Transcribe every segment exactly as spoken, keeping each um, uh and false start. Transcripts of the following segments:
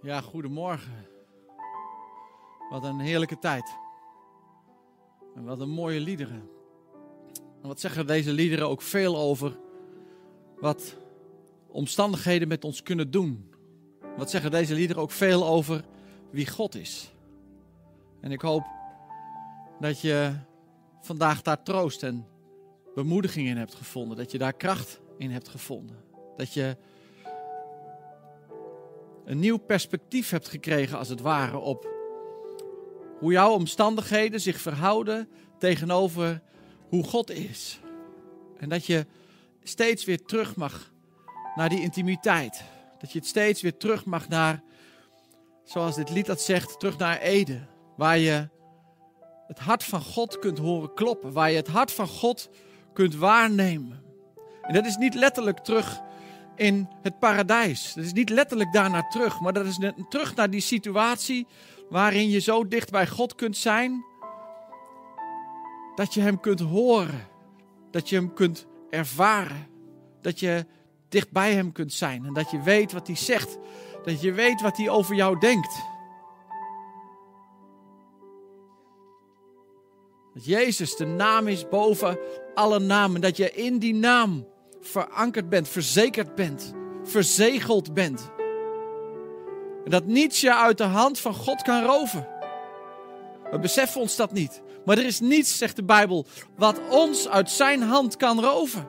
Ja, goedemorgen. Wat een heerlijke tijd. En wat een mooie liederen. En wat zeggen deze liederen ook veel over wat omstandigheden met ons kunnen doen. Wat zeggen deze liederen ook veel over wie God is. En ik hoop dat je vandaag daar troost en bemoediging in hebt gevonden. Dat je daar kracht in hebt gevonden. Dat je een nieuw perspectief hebt gekregen als het ware op hoe jouw omstandigheden zich verhouden tegenover hoe God is. En dat je steeds weer terug mag naar die intimiteit. Dat je het steeds weer terug mag naar, zoals dit lied dat zegt, terug naar Eden. Waar je het hart van God kunt horen kloppen. Waar je het hart van God kunt waarnemen. En dat is niet letterlijk terug in het paradijs. Dat is niet letterlijk daarnaar terug. Maar dat is terug naar die situatie waarin je zo dicht bij God kunt zijn. Dat je hem kunt horen. Dat je hem kunt ervaren. Dat je dicht bij hem kunt zijn. En dat je weet wat hij zegt. Dat je weet wat hij over jou denkt. Dat Jezus de naam is boven alle namen. Dat je in die naam verankerd bent, verzekerd bent, verzegeld bent. En dat niets je uit de hand van God kan roven. We beseffen ons dat niet. Maar er is niets, zegt de Bijbel, wat ons uit zijn hand kan roven.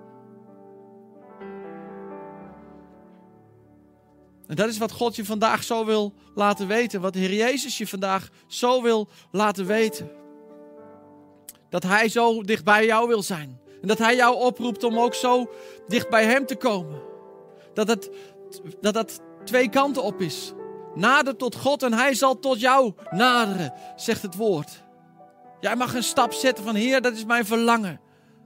En dat is wat God je vandaag zo wil laten weten. Wat de Heer Jezus je vandaag zo wil laten weten. Dat hij zo dicht bij jou wil zijn. En dat hij jou oproept om ook zo dicht bij hem te komen. Dat het, dat het twee kanten op is. Nader tot God en hij zal tot jou naderen, zegt het woord. Jij mag een stap zetten van Heer, dat is mijn verlangen.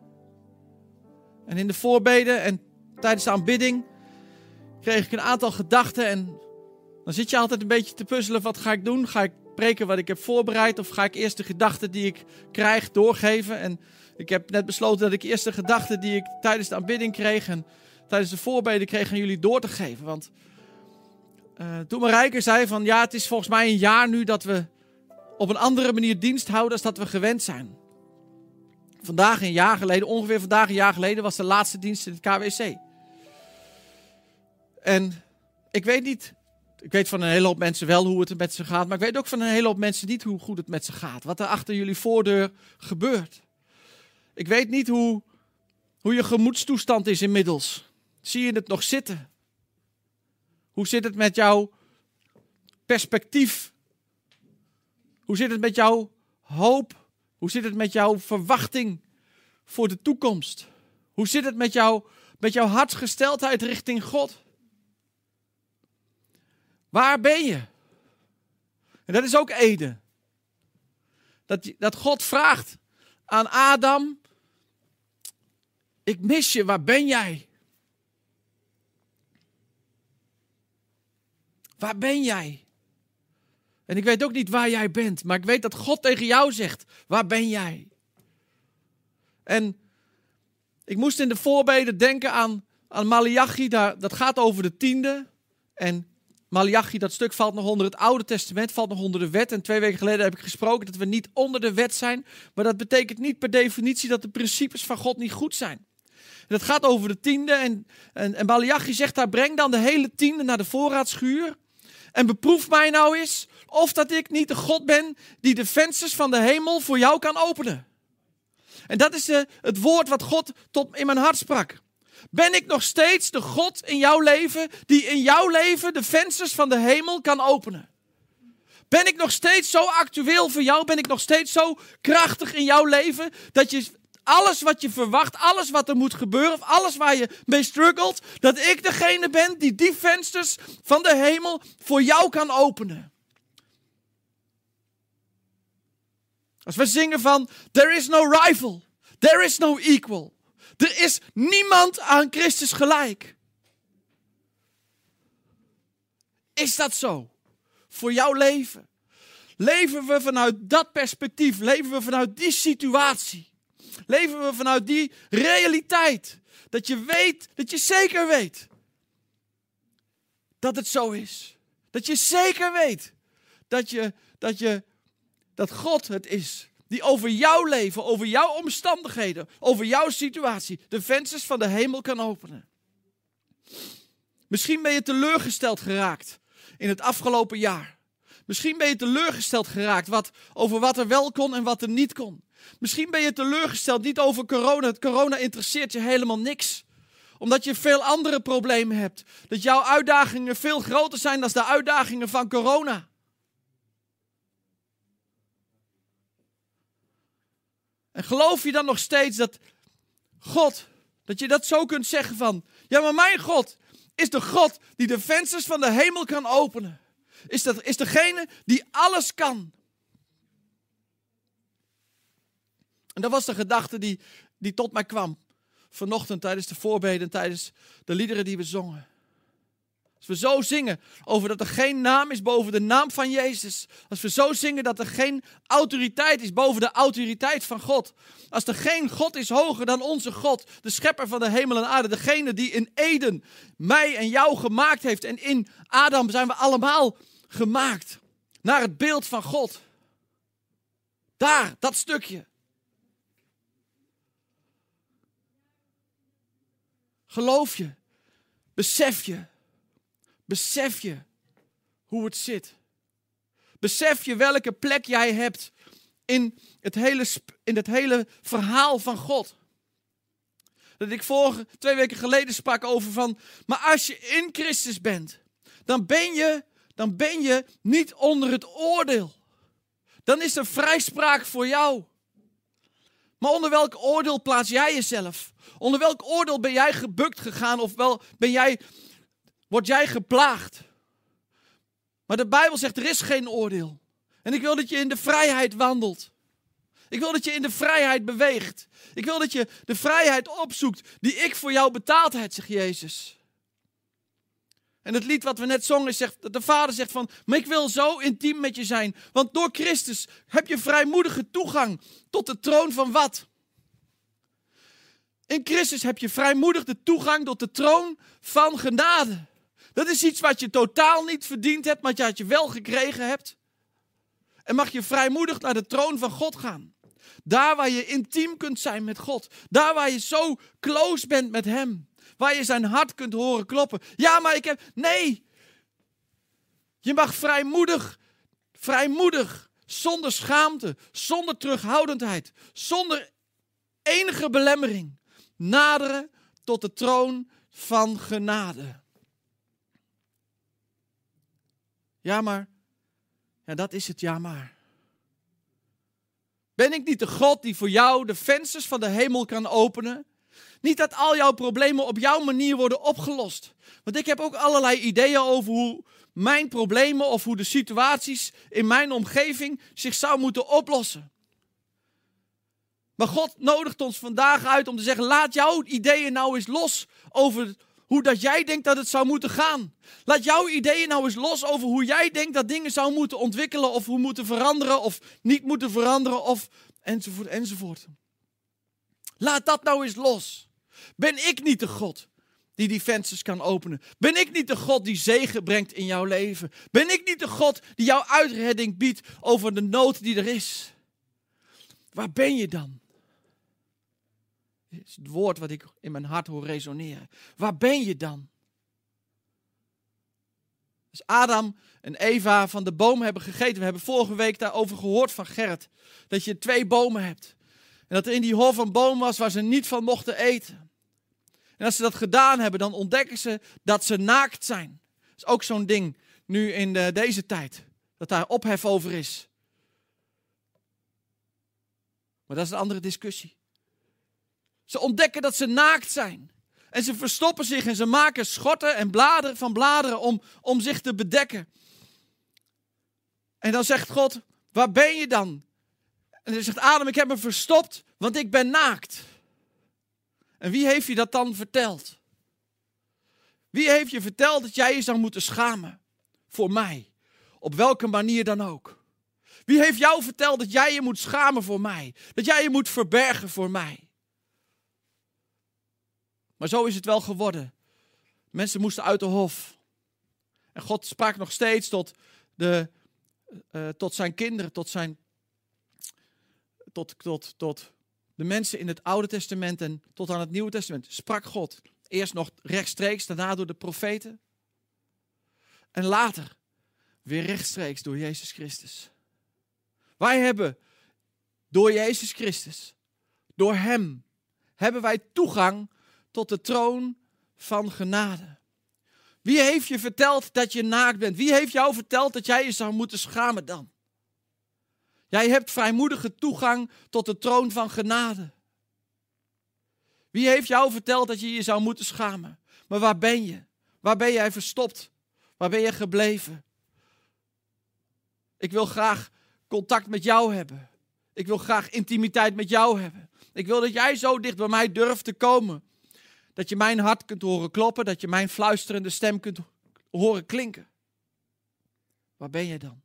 En in de voorbeden en tijdens de aanbidding kreeg ik een aantal gedachten. En dan zit je altijd een beetje te puzzelen, wat ga ik doen? Ga ik preken wat ik heb voorbereid? Of ga ik eerst de gedachten die ik krijg doorgeven? En ik heb net besloten dat ik eerst de gedachten die ik tijdens de aanbidding kreeg en tijdens de voorbeden kreeg aan jullie door te geven. Want uh, toen Marijke zei van ja, het is volgens mij een jaar nu dat we op een andere manier dienst houden als dat we gewend zijn. Vandaag een jaar geleden, ongeveer vandaag een jaar geleden, was de laatste dienst in het K W C. En ik weet niet, ik weet van een hele hoop mensen wel hoe het met ze gaat, maar ik weet ook van een hele hoop mensen niet hoe goed het met ze gaat. Wat er achter jullie voordeur gebeurt. Ik weet niet hoe, hoe je gemoedstoestand is inmiddels. Zie je het nog zitten? Hoe zit het met jouw perspectief? Hoe zit het met jouw hoop? Hoe zit het met jouw verwachting voor de toekomst? Hoe zit het met, jou, met jouw hartsgesteldheid richting God? Waar ben je? En dat is ook Eden. Dat, dat God vraagt aan Adam: ik mis je, waar ben jij? Waar ben jij? En ik weet ook niet waar jij bent, maar ik weet dat God tegen jou zegt: waar ben jij? En ik moest in de voorbeden denken aan, aan Maleachi, daar, dat gaat over de tiende. En Maleachi, dat stuk valt nog onder het Oude Testament, valt nog onder de wet. En twee weken geleden heb ik gesproken dat we niet onder de wet zijn. Maar dat betekent niet per definitie dat de principes van God niet goed zijn. En dat gaat over de tiende. En, en, en Maleachi zegt daar: breng dan de hele tiende naar de voorraadschuur. En beproef mij nou eens of dat ik niet de God ben die de vensters van de hemel voor jou kan openen. En dat is de, het woord wat God tot in mijn hart sprak. Ben ik nog steeds de God in jouw leven die in jouw leven de vensters van de hemel kan openen? Ben ik nog steeds zo actueel voor jou? Ben ik nog steeds zo krachtig in jouw leven dat je alles wat je verwacht, alles wat er moet gebeuren, of alles waar je mee struggelt, dat ik degene ben die die vensters van de hemel voor jou kan openen? Als we zingen van there is no rival, there is no equal. Er is niemand aan Christus gelijk. Is dat zo? Voor jouw leven? Leven we vanuit dat perspectief? Leven we vanuit die situatie? Leven we vanuit die realiteit? Dat je weet, dat je zeker weet dat het zo is. Dat je zeker weet dat, je, dat, je, dat God het is die over jouw leven, over jouw omstandigheden, over jouw situatie de vensters van de hemel kan openen. Misschien ben je teleurgesteld geraakt in het afgelopen jaar. Misschien ben je teleurgesteld geraakt wat, over wat er wel kon en wat er niet kon. Misschien ben je teleurgesteld niet over corona. Het corona interesseert je helemaal niks. Omdat je veel andere problemen hebt. Dat jouw uitdagingen veel groter zijn dan de uitdagingen van corona. En geloof je dan nog steeds dat God, dat je dat zo kunt zeggen van, ja, maar mijn God is de God die de vensters van de hemel kan openen. Is, dat, is degene die alles kan. En dat was de gedachte die, die tot mij kwam. Vanochtend tijdens de voorbeden, tijdens de liederen die we zongen. Als we zo zingen over dat er geen naam is boven de naam van Jezus. Als we zo zingen dat er geen autoriteit is boven de autoriteit van God. Als er geen God is hoger dan onze God. De schepper van de hemel en aarde. Degene die in Eden mij en jou gemaakt heeft. En in Adam zijn we allemaal gemaakt. Naar het beeld van God. Daar, dat stukje. Geloof je? Besef je? Besef je hoe het zit? Besef je welke plek jij hebt in het hele, in het hele verhaal van God? Dat ik vorige, twee weken geleden sprak over van, maar als je in Christus bent, dan ben je, dan ben je niet onder het oordeel. Dan is er vrijspraak voor jou. Maar onder welk oordeel plaats jij jezelf? Onder welk oordeel ben jij gebukt gegaan? Of wel ben jij, word jij geplaagd? Maar de Bijbel zegt er is geen oordeel. En ik wil dat je in de vrijheid wandelt. Ik wil dat je in de vrijheid beweegt. Ik wil dat je de vrijheid opzoekt die ik voor jou betaald heb, zegt Jezus. En het lied wat we net zongen zegt, dat de Vader zegt van, maar ik wil zo intiem met je zijn. Want door Christus heb je vrijmoedige toegang tot de troon van wat? In Christus heb je vrijmoedig de toegang tot de troon van genade. Dat is iets wat je totaal niet verdiend hebt, maar dat je wel gekregen hebt. En mag je vrijmoedig naar de troon van God gaan. Daar waar je intiem kunt zijn met God. Daar waar je zo close bent met hem. Waar je zijn hart kunt horen kloppen. Ja, maar ik heb... Nee. Je mag vrijmoedig, vrijmoedig, zonder schaamte, zonder terughoudendheid, zonder enige belemmering, naderen tot de troon van genade. Ja, maar... Ja, dat is het ja, maar. Ben ik niet de God die voor jou de vensters van de hemel kan openen? Niet dat al jouw problemen op jouw manier worden opgelost. Want ik heb ook allerlei ideeën over hoe mijn problemen of hoe de situaties in mijn omgeving zich zou moeten oplossen. Maar God nodigt ons vandaag uit om te zeggen, laat jouw ideeën nou eens los over hoe dat jij denkt dat het zou moeten gaan. Laat jouw ideeën nou eens los over hoe jij denkt dat dingen zou moeten ontwikkelen of hoe moeten veranderen of niet moeten veranderen of enzovoort enzovoort. Laat dat nou eens los. Ben ik niet de God die die vensters kan openen? Ben ik niet de God die zegen brengt in jouw leven? Ben ik niet de God die jouw uitredding biedt over de nood die er is? Waar ben je dan? Dit is het woord wat ik in mijn hart hoor resoneren. Waar ben je dan? Als Adam en Eva van de boom hebben gegeten. We hebben vorige week daarover gehoord van Gerrit. Dat je twee bomen hebt. En dat er in die hof een boom was waar ze niet van mochten eten. En als ze dat gedaan hebben, dan ontdekken ze dat ze naakt zijn. Dat is ook zo'n ding nu in de, deze tijd. Dat daar ophef over is. Maar dat is een andere discussie. Ze ontdekken dat ze naakt zijn. En ze verstoppen zich en ze maken schorten en bladeren van bladeren om, om zich te bedekken. En dan zegt God, waar ben je dan? En dan zegt Adam, ik heb me verstopt, want ik ben naakt. En wie heeft je dat dan verteld? Wie heeft je verteld dat jij je zou moeten schamen voor mij? Op welke manier dan ook. Wie heeft jou verteld dat jij je moet schamen voor mij? Dat jij je moet verbergen voor mij? Maar zo is het wel geworden. Mensen moesten uit de hof. En God sprak nog steeds tot, de, uh, tot zijn kinderen, tot, zijn, tot, tot, tot de mensen in het Oude Testament en tot aan het Nieuwe Testament. Sprak God. Eerst nog rechtstreeks, daarna door de profeten. En later weer rechtstreeks door Jezus Christus. Wij hebben door Jezus Christus, door Hem, hebben wij toegang tot de troon van genade. Wie heeft je verteld dat je naakt bent? Wie heeft jou verteld dat jij je zou moeten schamen dan? Jij hebt vrijmoedige toegang tot de troon van genade. Wie heeft jou verteld dat je je zou moeten schamen? Maar waar ben je? Waar ben jij verstopt? Waar ben je gebleven? Ik wil graag contact met jou hebben. Ik wil graag intimiteit met jou hebben. Ik wil dat jij zo dicht bij mij durft te komen. Dat je mijn hart kunt horen kloppen. Dat je mijn fluisterende stem kunt horen klinken. Waar ben je dan?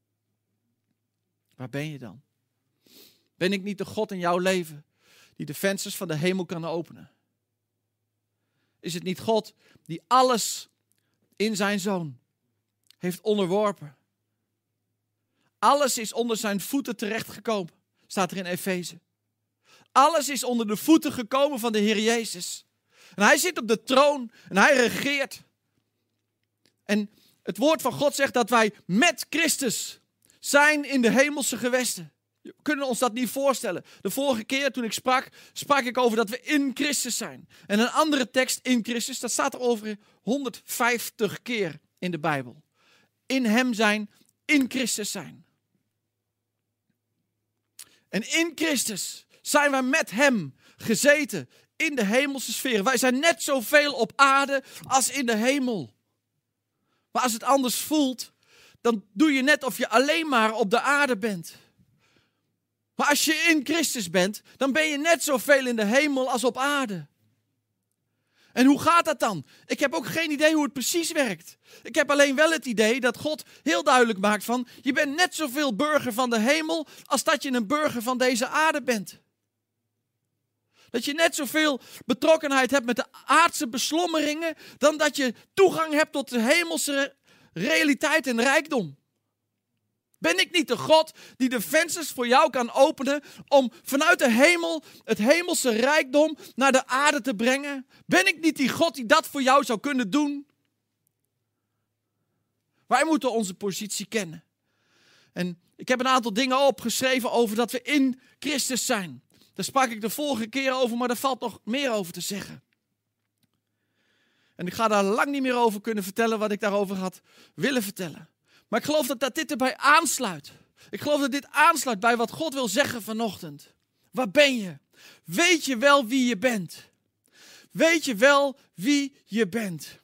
Waar ben je dan? Ben ik niet de God in jouw leven die de vensters van de hemel kan openen? Is het niet God die alles in zijn Zoon heeft onderworpen? Alles is onder zijn voeten terechtgekomen, staat er in Efeze. Alles is onder de voeten gekomen van de Heer Jezus. En hij zit op de troon en hij regeert. En het woord van God zegt dat wij met Christus zijn in de hemelse gewesten. We kunnen ons dat niet voorstellen. De vorige keer toen ik sprak, sprak ik over dat we in Christus zijn. En een andere tekst in Christus, dat staat er over honderdvijftig keer in de Bijbel. In hem zijn, in Christus zijn. En in Christus zijn wij met hem gezeten in de hemelse sfeer. Wij zijn net zoveel op aarde als in de hemel. Maar als het anders voelt, dan doe je net of je alleen maar op de aarde bent. Maar als je in Christus bent, dan ben je net zoveel in de hemel als op aarde. En hoe gaat dat dan? Ik heb ook geen idee hoe het precies werkt. Ik heb alleen wel het idee dat God heel duidelijk maakt van, je bent net zoveel burger van de hemel als dat je een burger van deze aarde bent. Dat je net zoveel betrokkenheid hebt met de aardse beslommeringen dan dat je toegang hebt tot de hemelse realiteit en rijkdom. Ben ik niet de God die de vensters voor jou kan openen om vanuit de hemel het hemelse rijkdom naar de aarde te brengen? Ben ik niet die God die dat voor jou zou kunnen doen? Wij moeten onze positie kennen. En ik heb een aantal dingen opgeschreven over dat we in Christus zijn. Daar sprak ik de vorige keer over, maar er valt nog meer over te zeggen. En ik ga daar lang niet meer over kunnen vertellen wat ik daarover had willen vertellen. Maar ik geloof dat, dat dit erbij aansluit. Ik geloof dat dit aansluit bij wat God wil zeggen vanochtend. Waar ben je? Weet je wel wie je bent? Weet je wel wie je bent?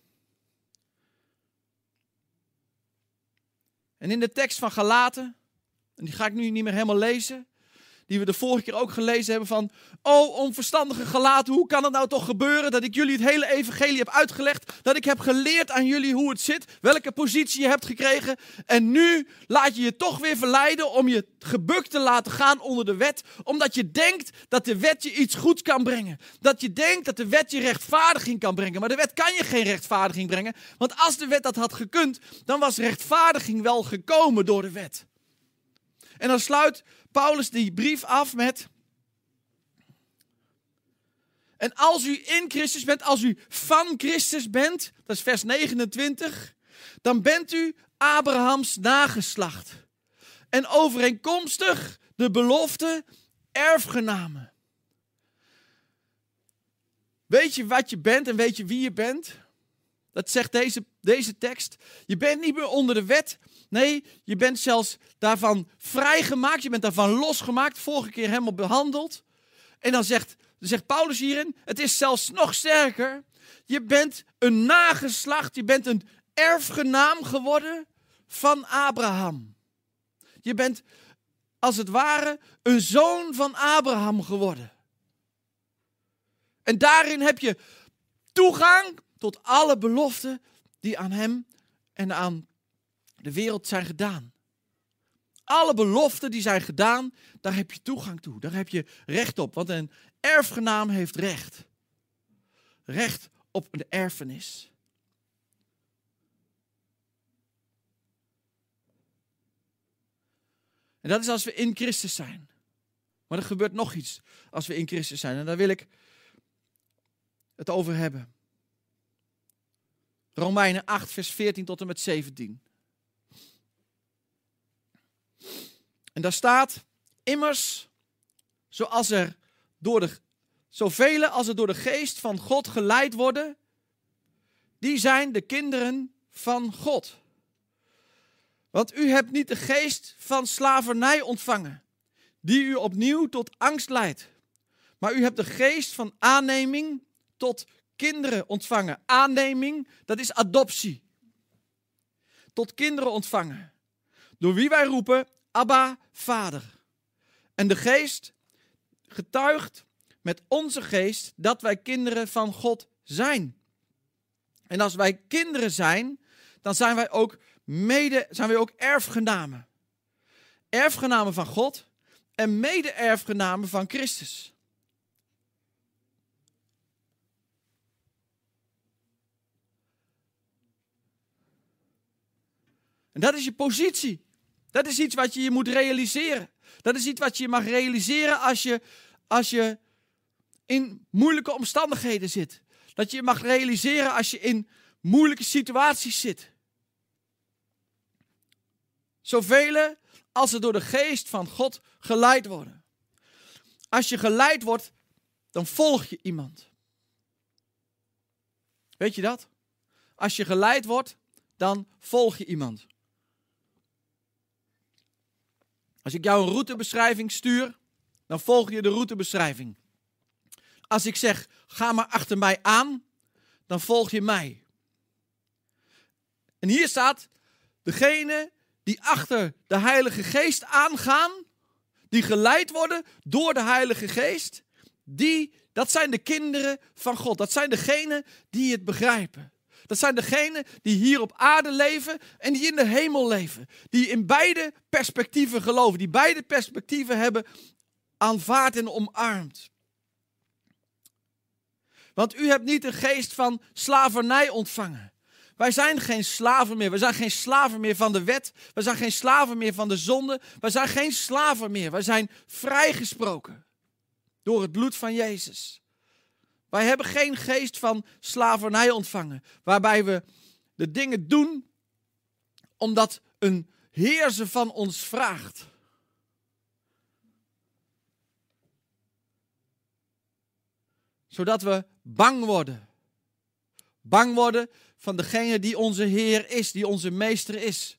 En in de tekst van Galaten, en die ga ik nu niet meer helemaal lezen, die we de vorige keer ook gelezen hebben van, o onverstandige Galaten, hoe kan het nou toch gebeuren dat ik jullie het hele evangelie heb uitgelegd, dat ik heb geleerd aan jullie hoe het zit, welke positie je hebt gekregen en nu laat je je toch weer verleiden om je gebukt te laten gaan onder de wet, omdat je denkt dat de wet je iets goeds kan brengen. Dat je denkt dat de wet je rechtvaardiging kan brengen, maar de wet kan je geen rechtvaardiging brengen, want als de wet dat had gekund, dan was rechtvaardiging wel gekomen door de wet. En dan sluit Paulus die brief af met, en als u in Christus bent, als u van Christus bent, dat is vers negenentwintig, dan bent u Abrahams nageslacht. En overeenkomstig de belofte erfgenamen. Weet je wat je bent en weet je wie je bent? Dat zegt deze, deze tekst. Je bent niet meer onder de wet. Nee, je bent zelfs daarvan vrijgemaakt. Je bent daarvan losgemaakt. Vorige keer helemaal behandeld. En dan zegt, zegt Paulus hierin, het is zelfs nog sterker. Je bent een nageslacht. Je bent een erfgenaam geworden van Abraham. Je bent als het ware een zoon van Abraham geworden. En daarin heb je toegang tot alle beloften die aan hem en aan de wereld zijn gedaan. Alle beloften die zijn gedaan, daar heb je toegang toe. Daar heb je recht op. Want een erfgenaam heeft recht. Recht op de erfenis. En dat is als we in Christus zijn. Maar er gebeurt nog iets als we in Christus zijn. En daar wil ik het over hebben. Romeinen acht, vers veertien tot en met zeventien. En daar staat, immers, zoals er door de, zoveel als er door de geest van God geleid worden, die zijn de kinderen van God. Want u hebt niet de geest van slavernij ontvangen, die u opnieuw tot angst leidt. Maar u hebt de geest van aanneming tot kinderen ontvangen. Aanneming, dat is adoptie. Tot kinderen ontvangen. Door wie wij roepen, Abba, Vader. En de geest getuigt met onze geest dat wij kinderen van God zijn. En als wij kinderen zijn, dan zijn wij ook mede, zijn wij ook erfgenamen. Erfgenamen van God en mede-erfgenamen van Christus. En dat is je positie. Dat is iets wat je je moet realiseren. Dat is iets wat je mag realiseren als je, als je in moeilijke omstandigheden zit. Dat je mag realiseren als je in moeilijke situaties zit. Zoveel als er door de geest van God geleid worden. Als je geleid wordt, dan volg je iemand. Weet je dat? Als je geleid wordt, dan volg je iemand. Als ik jou een routebeschrijving stuur, dan volg je de routebeschrijving. Als ik zeg, ga maar achter mij aan, dan volg je mij. En hier staat, degene die achter de Heilige Geest aangaan, die geleid worden door de Heilige Geest, die, dat zijn de kinderen van God. Dat zijn degenen die het begrijpen. Dat zijn degenen die hier op aarde leven en die in de hemel leven. Die in beide perspectieven geloven. Die beide perspectieven hebben aanvaard en omarmd. Want u hebt niet een geest van slavernij ontvangen. Wij zijn geen slaven meer. We zijn geen slaven meer van de wet. We zijn geen slaven meer van de zonde. We zijn geen slaven meer. Wij zijn vrijgesproken door het bloed van Jezus. Wij hebben geen geest van slavernij ontvangen. Waarbij we de dingen doen omdat een heerser van ons vraagt. Zodat we bang worden. Bang worden van degene die onze Heer is, die onze meester is.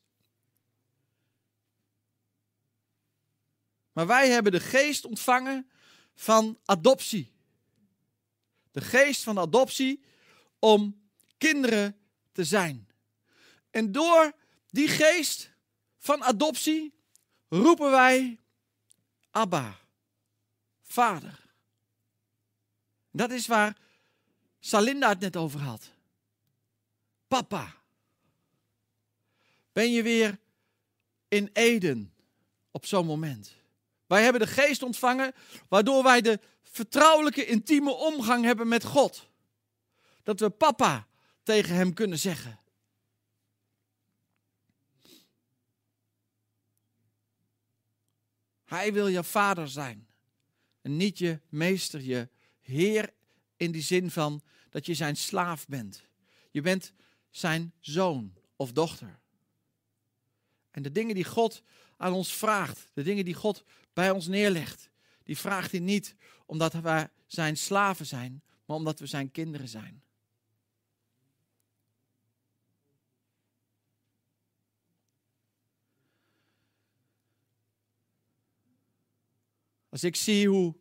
Maar wij hebben de geest ontvangen van adoptie. De geest van adoptie om kinderen te zijn. En door die geest van adoptie roepen wij Abba, Vader. Dat is waar Salinda het net over had. Papa. Ben je weer in Eden op zo'n moment? Wij hebben de geest ontvangen waardoor wij de vertrouwelijke, intieme omgang hebben met God. Dat we papa tegen hem kunnen zeggen. Hij wil je vader zijn. En niet je meester, je heer in die zin van dat je zijn slaaf bent. Je bent zijn zoon of dochter. En de dingen die God aan ons vraagt, de dingen die God bij ons neerlegt, die vraagt hij niet omdat wij zijn slaven zijn, maar omdat we zijn kinderen zijn. Als ik zie hoe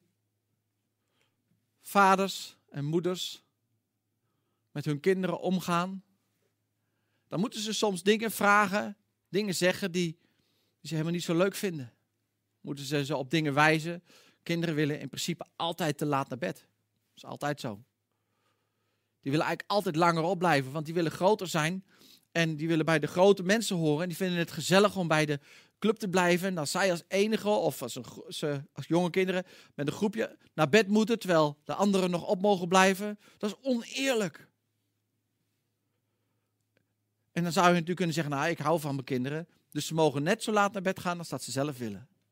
vaders en moeders met hun kinderen omgaan, dan moeten ze soms dingen vragen, dingen zeggen die, die ze helemaal niet zo leuk vinden. Moeten ze ze op dingen wijzen. Kinderen willen in principe altijd te laat naar bed. Dat is altijd zo. Die willen eigenlijk altijd langer opblijven, want die willen groter zijn. En die willen bij de grote mensen horen. En die vinden het gezellig om bij de club te blijven. En als zij als enige of als, een, ze, als jonge kinderen met een groepje naar bed moeten, terwijl de anderen nog op mogen blijven. Dat is oneerlijk. En dan zou je natuurlijk kunnen zeggen, nou, ik hou van mijn kinderen. Dus ze mogen net zo laat naar bed gaan als dat ze zelf willen.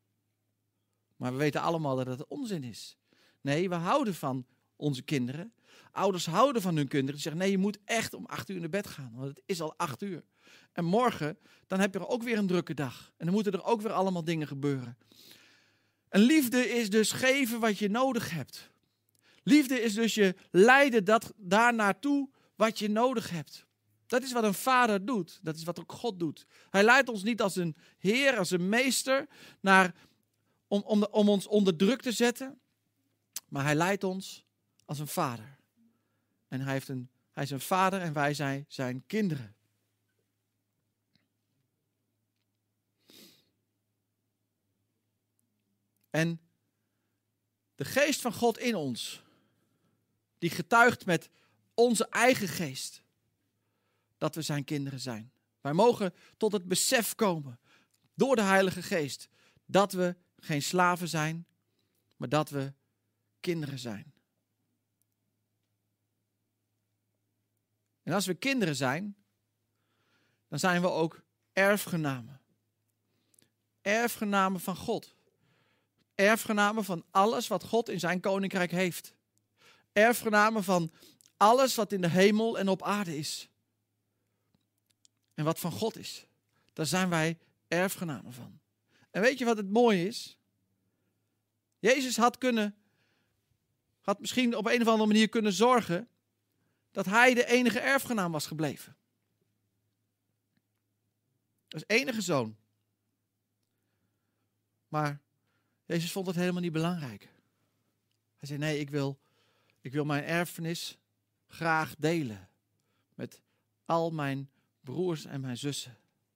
Maar we weten allemaal dat het onzin is. Nee, we houden van onze kinderen. Ouders houden van hun kinderen. Die zeggen, nee, je moet echt om acht uur naar bed gaan. Want het is al acht uur. En morgen, dan heb je er ook weer een drukke dag. En dan moeten er ook weer allemaal dingen gebeuren. En liefde is dus geven wat je nodig hebt. Liefde is dus je leiden dat, daar naartoe wat je nodig hebt. Dat is wat een vader doet. Dat is wat ook God doet. Hij leidt ons niet als een heer, als een meester, naar, om, om, om ons onder druk te zetten. Maar hij leidt ons als een vader. En hij, heeft een, hij is een vader en wij zijn zijn kinderen. En de geest van God in ons, die getuigt met onze eigen geest dat we zijn kinderen zijn. Wij mogen tot het besef komen, door de Heilige Geest, dat we geen slaven zijn, maar dat we kinderen zijn. En als we kinderen zijn, dan zijn we ook erfgenamen. Erfgenamen van God. Erfgenamen van alles wat God in zijn koninkrijk heeft. Erfgenamen van alles wat in de hemel en op aarde is. En wat van God is. Daar zijn wij erfgenamen van. En weet je wat het mooie is? Jezus had kunnen, had misschien op een of andere manier kunnen zorgen dat hij de enige erfgenaam was gebleven. Als enige zoon. Maar Jezus vond het helemaal niet belangrijk. Hij zei, nee, ik wil, ik wil mijn erfenis graag delen met al mijn broers en mijn zussen.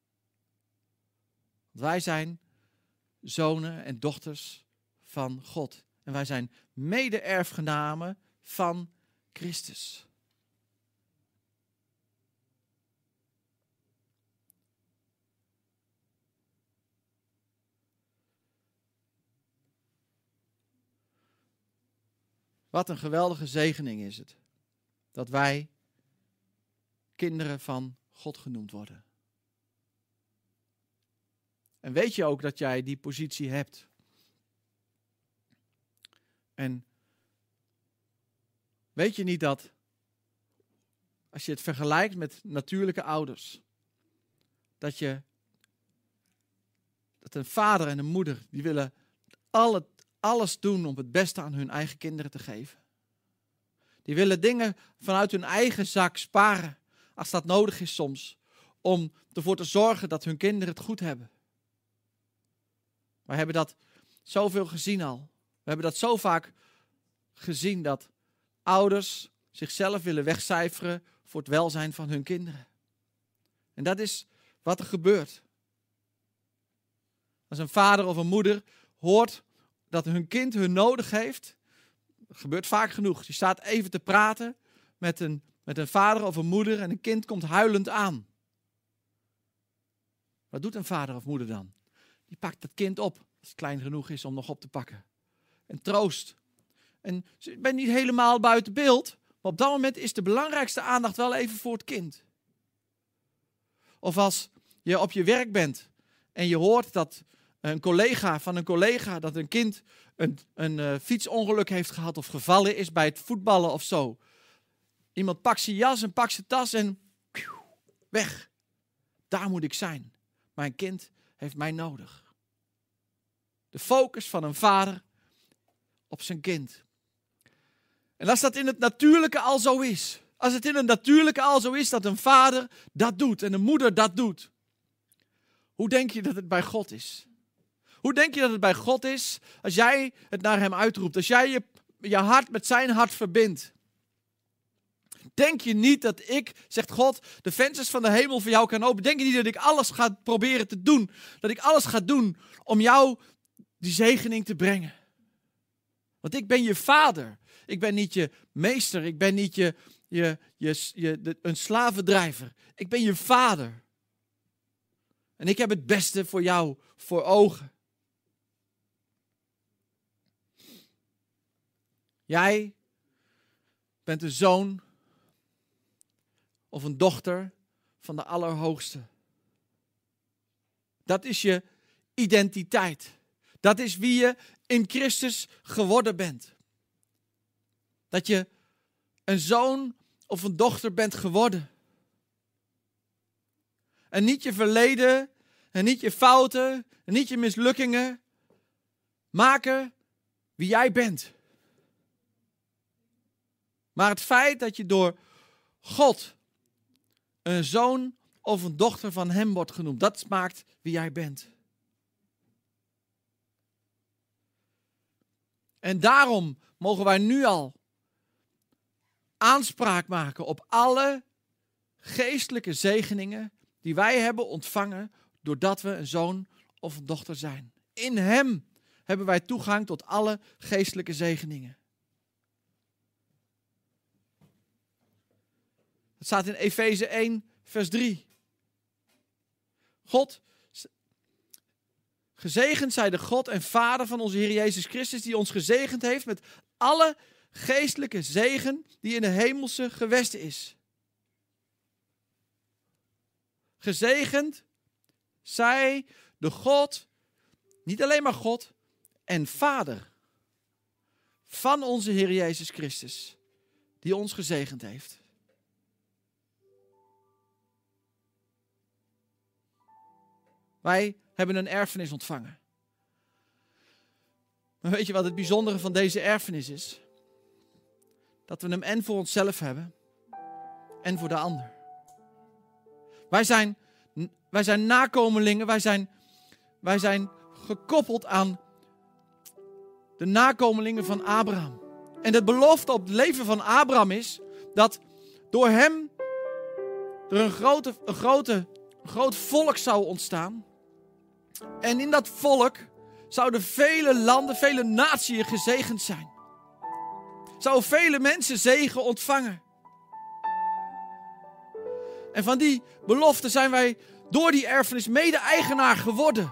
Want wij zijn zonen en dochters van God. En wij zijn mede-erfgenamen van Christus. Wat een geweldige zegening is het. Dat wij kinderen van God genoemd worden. En weet je ook dat jij die positie hebt? En weet je niet dat, als je het vergelijkt met natuurlijke ouders, dat je, dat een vader en een moeder, die willen alle, alles doen om het beste aan hun eigen kinderen te geven. Die willen dingen vanuit hun eigen zak sparen, als dat nodig is soms, om ervoor te zorgen dat hun kinderen het goed hebben. Wij hebben dat zoveel gezien al. We hebben dat zo vaak gezien dat ouders zichzelf willen wegcijferen voor het welzijn van hun kinderen. En dat is wat er gebeurt. Als een vader of een moeder hoort dat hun kind hun nodig heeft, dat gebeurt vaak genoeg. Je staat even te praten met een, met een vader of een moeder en een kind komt huilend aan. Wat doet een vader of moeder dan? Die pakt het kind op, als het klein genoeg is om nog op te pakken. En troost. En ik ben niet helemaal buiten beeld, maar op dat moment is de belangrijkste aandacht wel even voor het kind. Of als je op je werk bent en je hoort dat een collega van een collega, dat een kind een, een uh, fietsongeluk heeft gehad of gevallen is bij het voetballen of zo. Iemand pakt zijn jas en pakt zijn tas en weg. Daar moet ik zijn. Mijn kind heeft mij nodig. De focus van een vader op zijn kind. En als dat in het natuurlijke al zo is, als het in het natuurlijke al zo is dat een vader dat doet en een moeder dat doet, hoe denk je dat het bij God is? Hoe denk je dat het bij God is als jij het naar hem uitroept, als jij je, je hart met zijn hart verbindt? Denk je niet dat ik, zegt God, de vensters van de hemel voor jou kan openen? Denk je niet dat ik alles ga proberen te doen, dat ik alles ga doen om jou die zegening te brengen? Want ik ben je vader. Ik ben niet je meester. Ik ben niet je, je, je, je, de, een slavendrijver. Ik ben je vader. En ik heb het beste voor jou voor ogen. Jij bent een zoon of een dochter van de Allerhoogste. Dat is je identiteit. Dat is wie je in Christus geworden bent. Dat je een zoon of een dochter bent geworden. En niet je verleden, en niet je fouten, en niet je mislukkingen maken wie jij bent. Maar het feit dat je door God een zoon of een dochter van hem wordt genoemd, dat maakt wie jij bent. En daarom mogen wij nu al aanspraak maken op alle geestelijke zegeningen die wij hebben ontvangen doordat we een zoon of een dochter zijn. In hem hebben wij toegang tot alle geestelijke zegeningen. Het staat in Efeze één, vers drie. God, gezegend zij de God en Vader van onze Heer Jezus Christus, die ons gezegend heeft met alle geestelijke zegen die in de hemelse gewesten is. Gezegend zij de God, niet alleen maar God, en Vader van onze Heer Jezus Christus, die ons gezegend heeft. Wij hebben een erfenis ontvangen. Maar weet je wat het bijzondere van deze erfenis is? Dat we hem en voor onszelf hebben en voor de ander. Wij zijn, wij zijn nakomelingen, wij zijn, wij zijn gekoppeld aan de nakomelingen van Abraham. En de belofte op het leven van Abraham is dat door hem er een, grote, een, grote, een groot volk zou ontstaan. En in dat volk zouden vele landen, vele naties gezegend zijn. Zouden vele mensen zegen ontvangen. En van die belofte zijn wij door die erfenis mede-eigenaar geworden.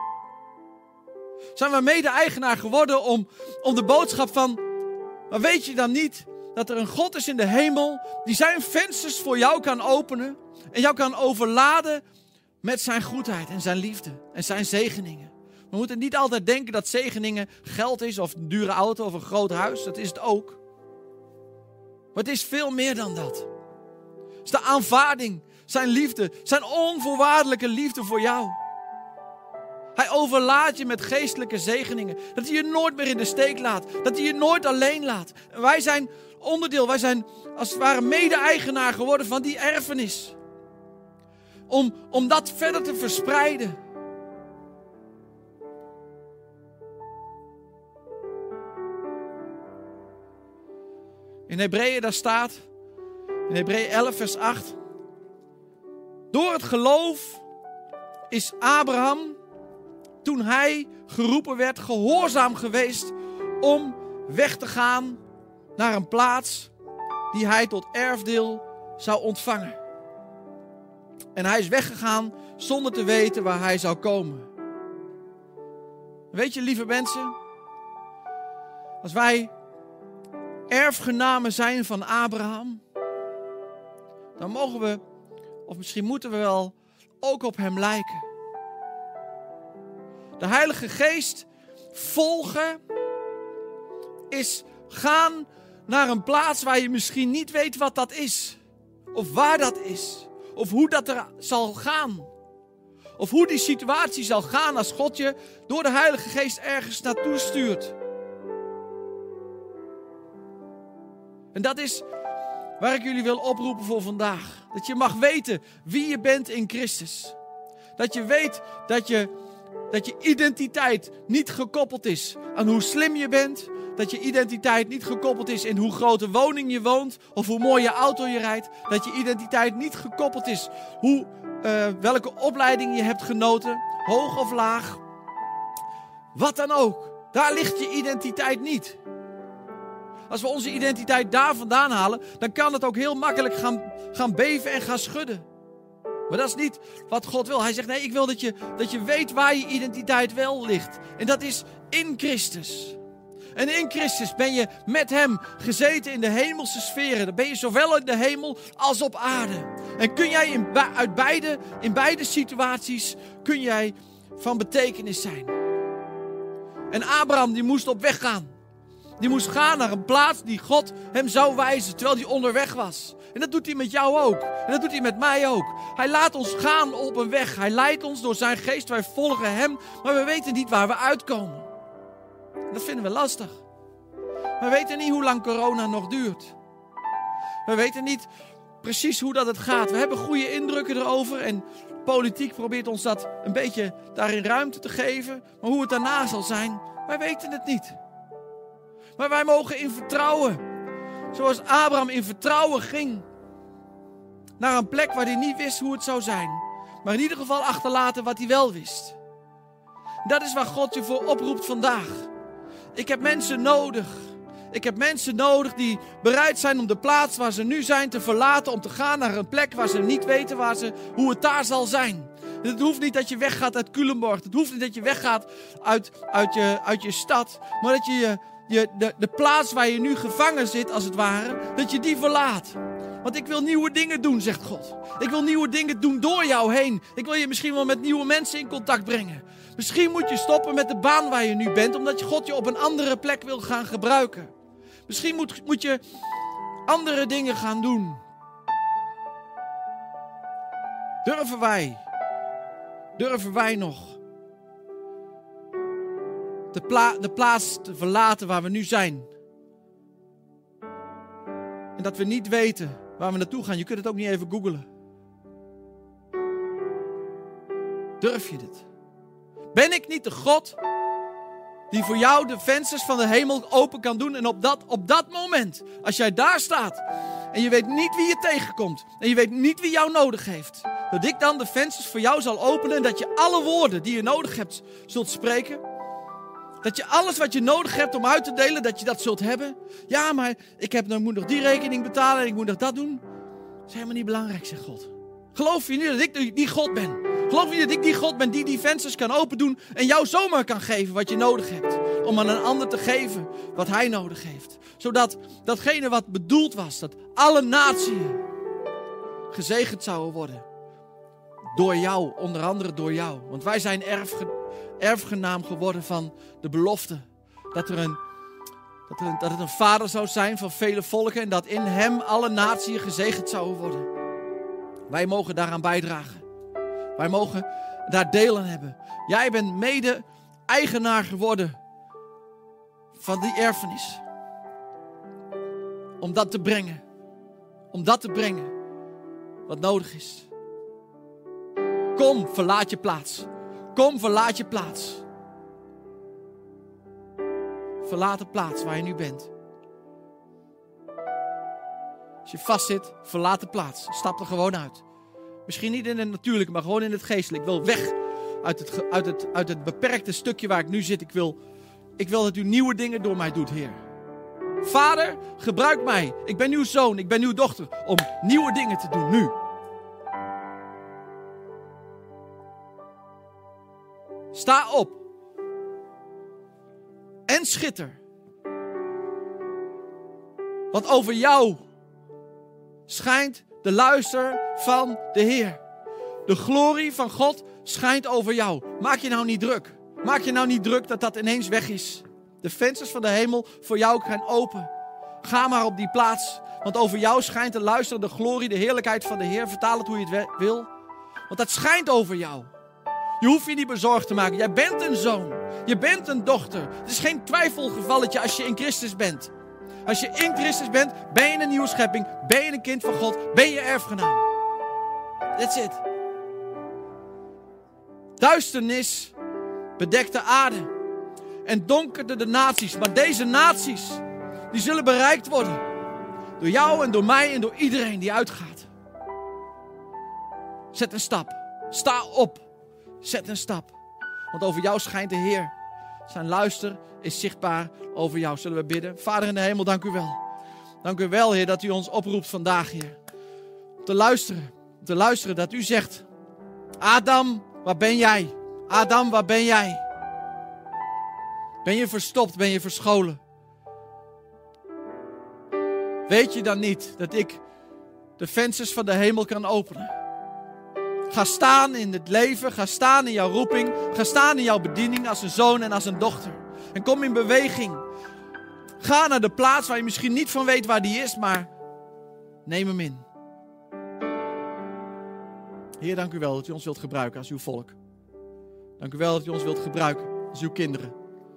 Zijn wij mede-eigenaar geworden om, om de boodschap van... Maar weet je dan niet dat er een God is in de hemel die zijn vensters voor jou kan openen en jou kan overladen met zijn goedheid en zijn liefde en zijn zegeningen. We moeten niet altijd denken dat zegeningen geld is of een dure auto of een groot huis. Dat is het ook. Maar het is veel meer dan dat. Het is de aanvaarding, zijn liefde, zijn onvoorwaardelijke liefde voor jou. Hij overlaat je met geestelijke zegeningen. Dat hij je nooit meer in de steek laat. Dat hij je nooit alleen laat. En wij zijn onderdeel, wij zijn als het ware mede-eigenaar geworden van die erfenis. Om, om dat verder te verspreiden. In Hebreeën daar staat, in Hebreeën elf vers acht. Door het geloof is Abraham, toen hij geroepen werd, gehoorzaam geweest om weg te gaan naar een plaats die hij tot erfdeel zou ontvangen. En hij is weggegaan zonder te weten waar hij zou komen. Weet je, lieve mensen, als wij erfgenamen zijn van Abraham, dan mogen we, of misschien moeten we wel, ook op hem lijken. De Heilige Geest volgen is gaan naar een plaats waar je misschien niet weet wat dat is. Of waar dat is. Of hoe dat er zal gaan. Of hoe die situatie zal gaan als God je door de Heilige Geest ergens naartoe stuurt. En dat is waar ik jullie wil oproepen voor vandaag. Dat je mag weten wie je bent in Christus. Dat je weet dat je, dat je identiteit niet gekoppeld is aan hoe slim je bent. Dat je identiteit niet gekoppeld is in hoe grote woning je woont. Of hoe mooi je auto je rijdt. Dat je identiteit niet gekoppeld is hoe, uh, welke opleiding je hebt genoten. Hoog of laag. Wat dan ook. Daar ligt je identiteit niet. Als we onze identiteit daar vandaan halen, dan kan het ook heel makkelijk gaan, gaan beven en gaan schudden. Maar dat is niet wat God wil. Hij zegt, nee, ik wil dat je, dat je weet waar je identiteit wel ligt. En dat is in Christus. En in Christus ben je met hem gezeten in de hemelse sferen. Dan ben je zowel in de hemel als op aarde. En kun jij in, uit beide, in beide situaties kun jij van betekenis zijn. En Abraham die moest op weg gaan. Die moest gaan naar een plaats die God hem zou wijzen, terwijl hij onderweg was. En dat doet hij met jou ook. En dat doet hij met mij ook. Hij laat ons gaan op een weg. Hij leidt ons door zijn geest. Wij volgen hem, maar we weten niet waar we uitkomen. En dat vinden we lastig. We weten niet hoe lang corona nog duurt. We weten niet precies hoe dat het gaat. We hebben goede indrukken erover en politiek probeert ons dat een beetje daarin ruimte te geven. Maar hoe het daarna zal zijn, wij weten het niet. Maar wij mogen in vertrouwen, zoals Abraham in vertrouwen ging, naar een plek waar hij niet wist hoe het zou zijn. Maar in ieder geval achterlaten wat hij wel wist. Dat is waar God je voor oproept vandaag. Ik heb mensen nodig. Ik heb mensen nodig die bereid zijn om de plaats waar ze nu zijn te verlaten. Om te gaan naar een plek waar ze niet weten waar ze, hoe het daar zal zijn. Het hoeft niet dat je weggaat uit Culemborg. Het hoeft niet dat je weggaat uit, uit, je, uit je stad. Maar dat je, je, je de, de plaats waar je nu gevangen zit, als het ware, dat je die verlaat. Want ik wil nieuwe dingen doen, zegt God. Ik wil nieuwe dingen doen door jou heen. Ik wil je misschien wel met nieuwe mensen in contact brengen. Misschien moet je stoppen met de baan waar je nu bent, omdat God je op een andere plek wil gaan gebruiken. Misschien moet, moet je andere dingen gaan doen. Durven wij, durven wij nog de, pla- de plaats te verlaten waar we nu zijn? En dat we niet weten waar we naartoe gaan. Je kunt het ook niet even googlen. Durf je dit? Ben ik niet de God die voor jou de vensters van de hemel open kan doen? En op dat, op dat moment, als jij daar staat en je weet niet wie je tegenkomt en je weet niet wie jou nodig heeft, dat ik dan de vensters voor jou zal openen en dat je alle woorden die je nodig hebt zult spreken. Dat je alles wat je nodig hebt om uit te delen, dat je dat zult hebben. Ja, maar ik, heb, ik moet nog die rekening betalen en ik moet nog dat doen. Dat is helemaal niet belangrijk, zegt God. Geloof je niet dat ik die God ben? Geloof je dat ik die God ben die die vensters kan open doen en jou zomaar kan geven wat je nodig hebt? Om aan een ander te geven wat hij nodig heeft. Zodat datgene wat bedoeld was, dat alle naties gezegend zouden worden. Door jou, onder andere door jou. Want wij zijn erfge, erfgenaam geworden van de belofte. Dat, er een, dat, er een, dat het een vader zou zijn van vele volken en dat in hem alle naties gezegend zouden worden. Wij mogen daaraan bijdragen. Wij mogen daar deel aan hebben. Jij bent mede-eigenaar geworden van die erfenis. Om dat te brengen. Om dat te brengen wat nodig is. Kom, verlaat je plaats. Kom, verlaat je plaats. Verlaat de plaats waar je nu bent. Als je vastzit, verlaat de plaats. Stap er gewoon uit. Misschien niet in het natuurlijke, maar gewoon in het geestelijke. Ik wil weg uit het, uit het, uit het beperkte stukje waar ik nu zit. Ik wil, ik wil dat u nieuwe dingen door mij doet, Heer. Vader, gebruik mij. Ik ben uw zoon, ik ben uw dochter. Om nieuwe dingen te doen, nu. Sta op. En schitter. Want over jou schijnt de luister van de Heer. De glorie van God schijnt over jou. Maak je nou niet druk. Maak je nou niet druk dat dat ineens weg is. De vensters van de hemel voor jou gaan open. Ga maar op die plaats. Want over jou schijnt de luister, de glorie, de heerlijkheid van de Heer. Vertaal het hoe je het wil. Want dat schijnt over jou. Je hoeft je niet bezorgd te maken. Jij bent een zoon. Je bent een dochter. Het is geen twijfelgevalletje als je in Christus bent. Als je in Christus bent, ben je een nieuwe schepping. Ben je een kind van God. Ben je erfgenaam. That's it. Duisternis bedekt de aarde. En donkerde de naties. Maar deze naties, die zullen bereikt worden. Door jou en door mij en door iedereen die uitgaat. Zet een stap. Sta op. Zet een stap. Want over jou schijnt de Heer. Zijn luister is zichtbaar over jou. Zullen we bidden? Vader in de hemel, dank u wel. Dank u wel, Heer, dat u ons oproept vandaag, Heer. Om te luisteren. Om te luisteren dat u zegt. Adam, waar ben jij? Adam, waar ben jij? Ben je verstopt? Ben je verscholen? Weet je dan niet dat ik de vensters van de hemel kan openen? Ga staan in het leven. Ga staan in jouw roeping. Ga staan in jouw bediening als een zoon en als een dochter. En kom in beweging. Ga naar de plaats waar je misschien niet van weet waar die is, maar neem hem in. Heer, dank u wel dat u ons wilt gebruiken als uw volk. Dank u wel dat u ons wilt gebruiken als uw kinderen.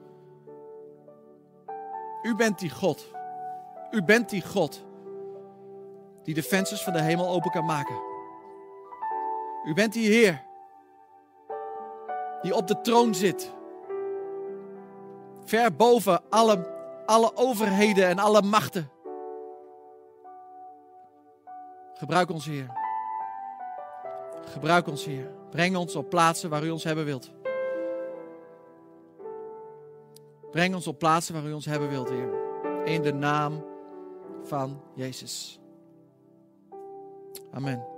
U bent die God. U bent die God die de vensters van de hemel open kan maken. U bent die Heer die op de troon zit. Ver boven alle, alle overheden en alle machten. Gebruik ons, Heer. Gebruik ons, Heer. Breng ons op plaatsen waar u ons hebben wilt. Breng ons op plaatsen waar u ons hebben wilt, Heer. In de naam van Jezus. Amen.